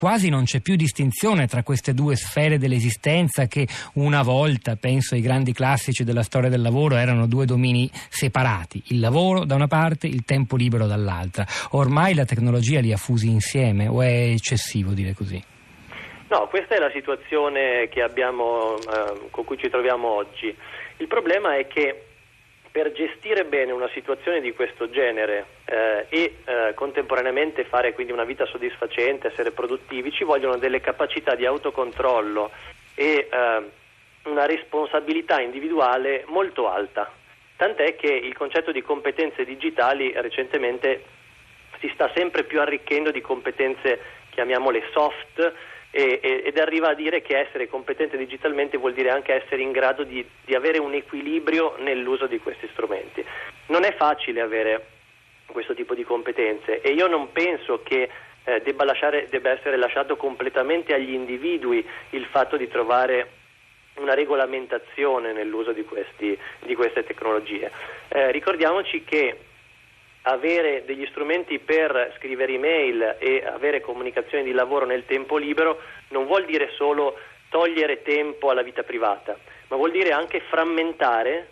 quasi non c'è più distinzione tra queste due sfere dell'esistenza che una volta, penso ai grandi classici della storia del lavoro, erano due domini separati, il lavoro da una parte, il tempo libero dall'altra. Ormai la tecnologia li ha fusi insieme, o è eccessivo dire così? No, questa è la situazione che abbiamo, con cui ci troviamo oggi. Il problema è che per gestire bene una situazione di questo genere e contemporaneamente fare quindi una vita soddisfacente, essere produttivi, ci vogliono delle capacità di autocontrollo e una responsabilità individuale molto alta. Tant'è che il concetto di competenze digitali recentemente si sta sempre più arricchendo di competenze, chiamiamole soft, ed arriva a dire che essere competente digitalmente vuol dire anche essere in grado di avere un equilibrio nell'uso di questi strumenti. Non è facile avere questo tipo di competenze e io non penso che debba essere lasciato completamente agli individui il fatto di trovare una regolamentazione nell'uso di queste tecnologie. Ricordiamoci che avere degli strumenti per scrivere email e avere comunicazioni di lavoro nel tempo libero non vuol dire solo togliere tempo alla vita privata, ma vuol dire anche frammentare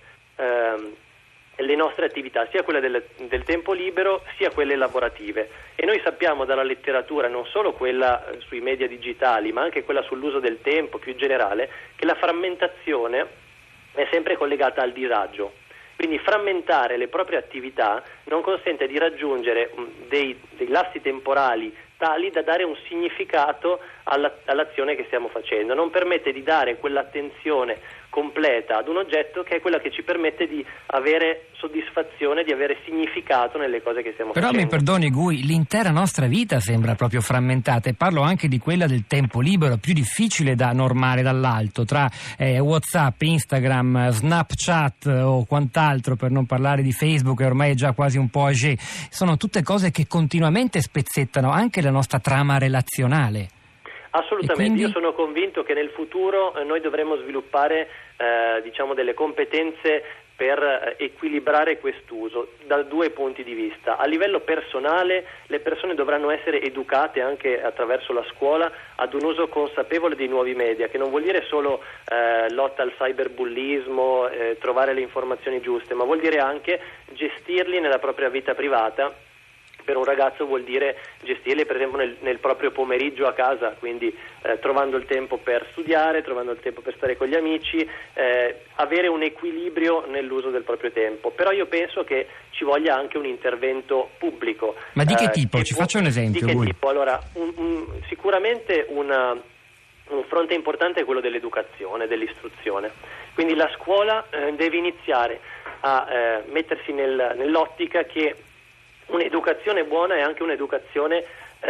le nostre attività, sia quelle del tempo libero sia quelle lavorative. E noi sappiamo dalla letteratura, non solo quella sui media digitali, ma anche quella sull'uso del tempo più generale, che la frammentazione è sempre collegata al disagio. Quindi frammentare le proprie attività non consente di raggiungere dei lassi temporali tali da dare un significato all'azione che stiamo facendo, non permette di dare quell'attenzione completa ad un oggetto che è quella che ci permette di avere soddisfazione, di avere significato nelle cose che stiamo facendo. Però mi perdoni Gui, l'intera nostra vita sembra proprio frammentata, e parlo anche di quella del tempo libero, più difficile da normare dall'alto, tra WhatsApp, Instagram, Snapchat o quant'altro, per non parlare di Facebook, che ormai è già quasi un po' âgé. Sono tutte cose che continuamente spezzettano anche la nostra trama relazionale. Assolutamente, quindi io sono convinto che nel futuro noi dovremo sviluppare delle competenze per equilibrare quest'uso da due punti di vista. A livello personale le persone dovranno essere educate anche attraverso la scuola ad un uso consapevole dei nuovi media, che non vuol dire solo lotta al cyberbullismo, trovare le informazioni giuste, ma vuol dire anche gestirli nella propria vita privata. Per un ragazzo vuol dire gestirli per esempio nel proprio pomeriggio a casa, quindi trovando il tempo per studiare, trovando il tempo per stare con gli amici, avere un equilibrio nell'uso del proprio tempo. Però io penso che ci voglia anche un intervento pubblico. Ma di che tipo? Ci faccia un esempio. Di che tipo? Allora, sicuramente un fronte importante è quello dell'educazione, dell'istruzione. Quindi la scuola deve iniziare a mettersi nell'ottica che un'educazione buona è anche un'educazione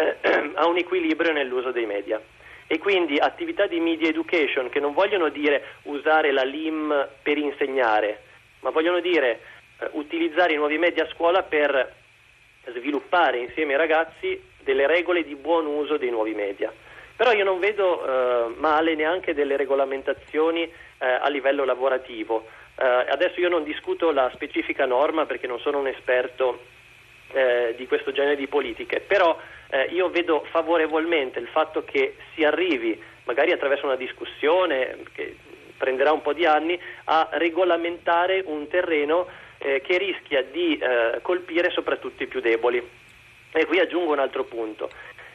a un equilibrio nell'uso dei media, e quindi attività di media education che non vogliono dire usare la LIM per insegnare, ma vogliono dire utilizzare i nuovi media a scuola per sviluppare insieme ai ragazzi delle regole di buon uso dei nuovi media. Però io non vedo male neanche delle regolamentazioni a livello lavorativo. Adesso io non discuto la specifica norma perché non sono un esperto di questo genere di politiche, però io vedo favorevolmente il fatto che si arrivi, magari attraverso una discussione che prenderà un po' di anni, a regolamentare un terreno che rischia di colpire soprattutto i più deboli. E qui aggiungo un altro punto.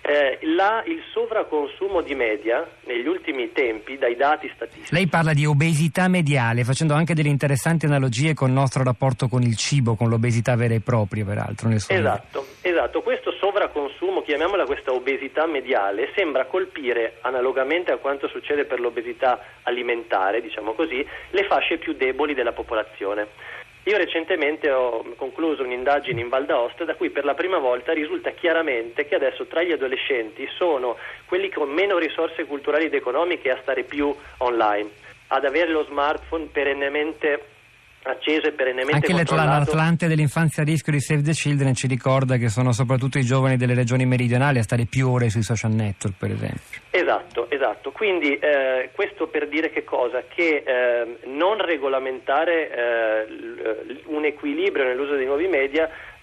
Il sovraconsumo di media negli ultimi tempi, dai dati statistici. Lei parla di obesità mediale, facendo anche delle interessanti analogie con il nostro rapporto con il cibo, con l'obesità vera e propria, peraltro. Esatto. Questo sovraconsumo, chiamiamola questa obesità mediale, sembra colpire, analogamente a quanto succede per l'obesità alimentare, diciamo così, le fasce più deboli della popolazione. Io recentemente ho concluso un'indagine in Val d'Aosta da cui per la prima volta risulta chiaramente che adesso tra gli adolescenti sono quelli con meno risorse culturali ed economiche a stare più online, ad avere lo smartphone perennemente acceso e perennemente controllato. Anche l'Atlante dell'infanzia a rischio di Save the Children ci ricorda che sono soprattutto i giovani delle regioni meridionali a stare più ore sui social network, per esempio. Esatto. Quindi questo per dire che cosa? Che non regolamentare un equilibrio nell'uso dei nuovi media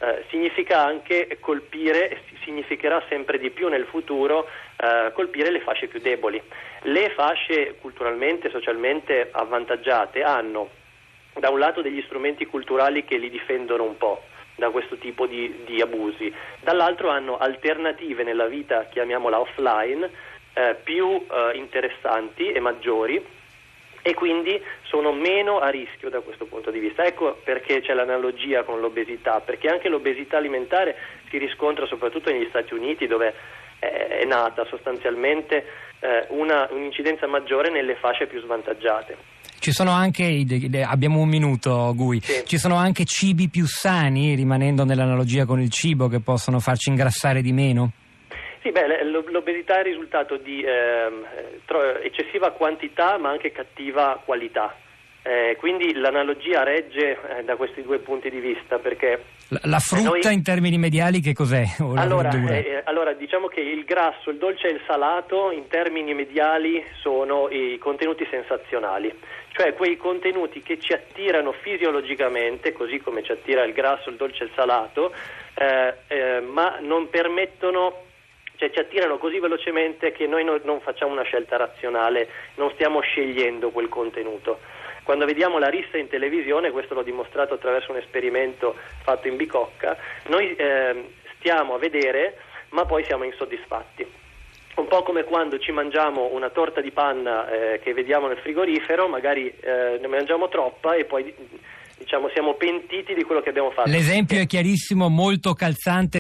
significa anche colpire, significherà sempre di più nel futuro colpire le fasce più deboli. Le fasce culturalmente, socialmente avvantaggiate hanno da un lato degli strumenti culturali che li difendono un po' da questo tipo di abusi, dall'altro hanno alternative nella vita, chiamiamola offline, più interessanti e maggiori, e quindi sono meno a rischio da questo punto di vista. Ecco perché c'è l'analogia con l'obesità, perché anche l'obesità alimentare si riscontra soprattutto negli Stati Uniti, dove è nata sostanzialmente un'incidenza maggiore nelle fasce più svantaggiate. Ci sono anche, abbiamo un minuto, Gui, sì. Ci sono anche cibi più sani, rimanendo nell'analogia con il cibo, che possono farci ingrassare di meno? Sì, l'obesità è il risultato di eccessiva quantità ma anche cattiva qualità. Quindi l'analogia regge da questi due punti di vista, perché la frutta in termini mediali che cos'è? Allora diciamo che il grasso, il dolce e il salato in termini mediali sono i contenuti sensazionali, cioè quei contenuti che ci attirano fisiologicamente, così come ci attira il grasso, il dolce e il salato, ma non permettono, cioè ci attirano così velocemente che noi non facciamo una scelta razionale, non stiamo scegliendo quel contenuto. Quando vediamo la rissa in televisione, questo l'ho dimostrato attraverso un esperimento fatto in Bicocca, noi stiamo a vedere ma poi siamo insoddisfatti. Un po' come quando ci mangiamo una torta di panna che vediamo nel frigorifero, magari ne mangiamo troppa e poi siamo pentiti di quello che abbiamo fatto. L'esempio è chiarissimo, molto calzante.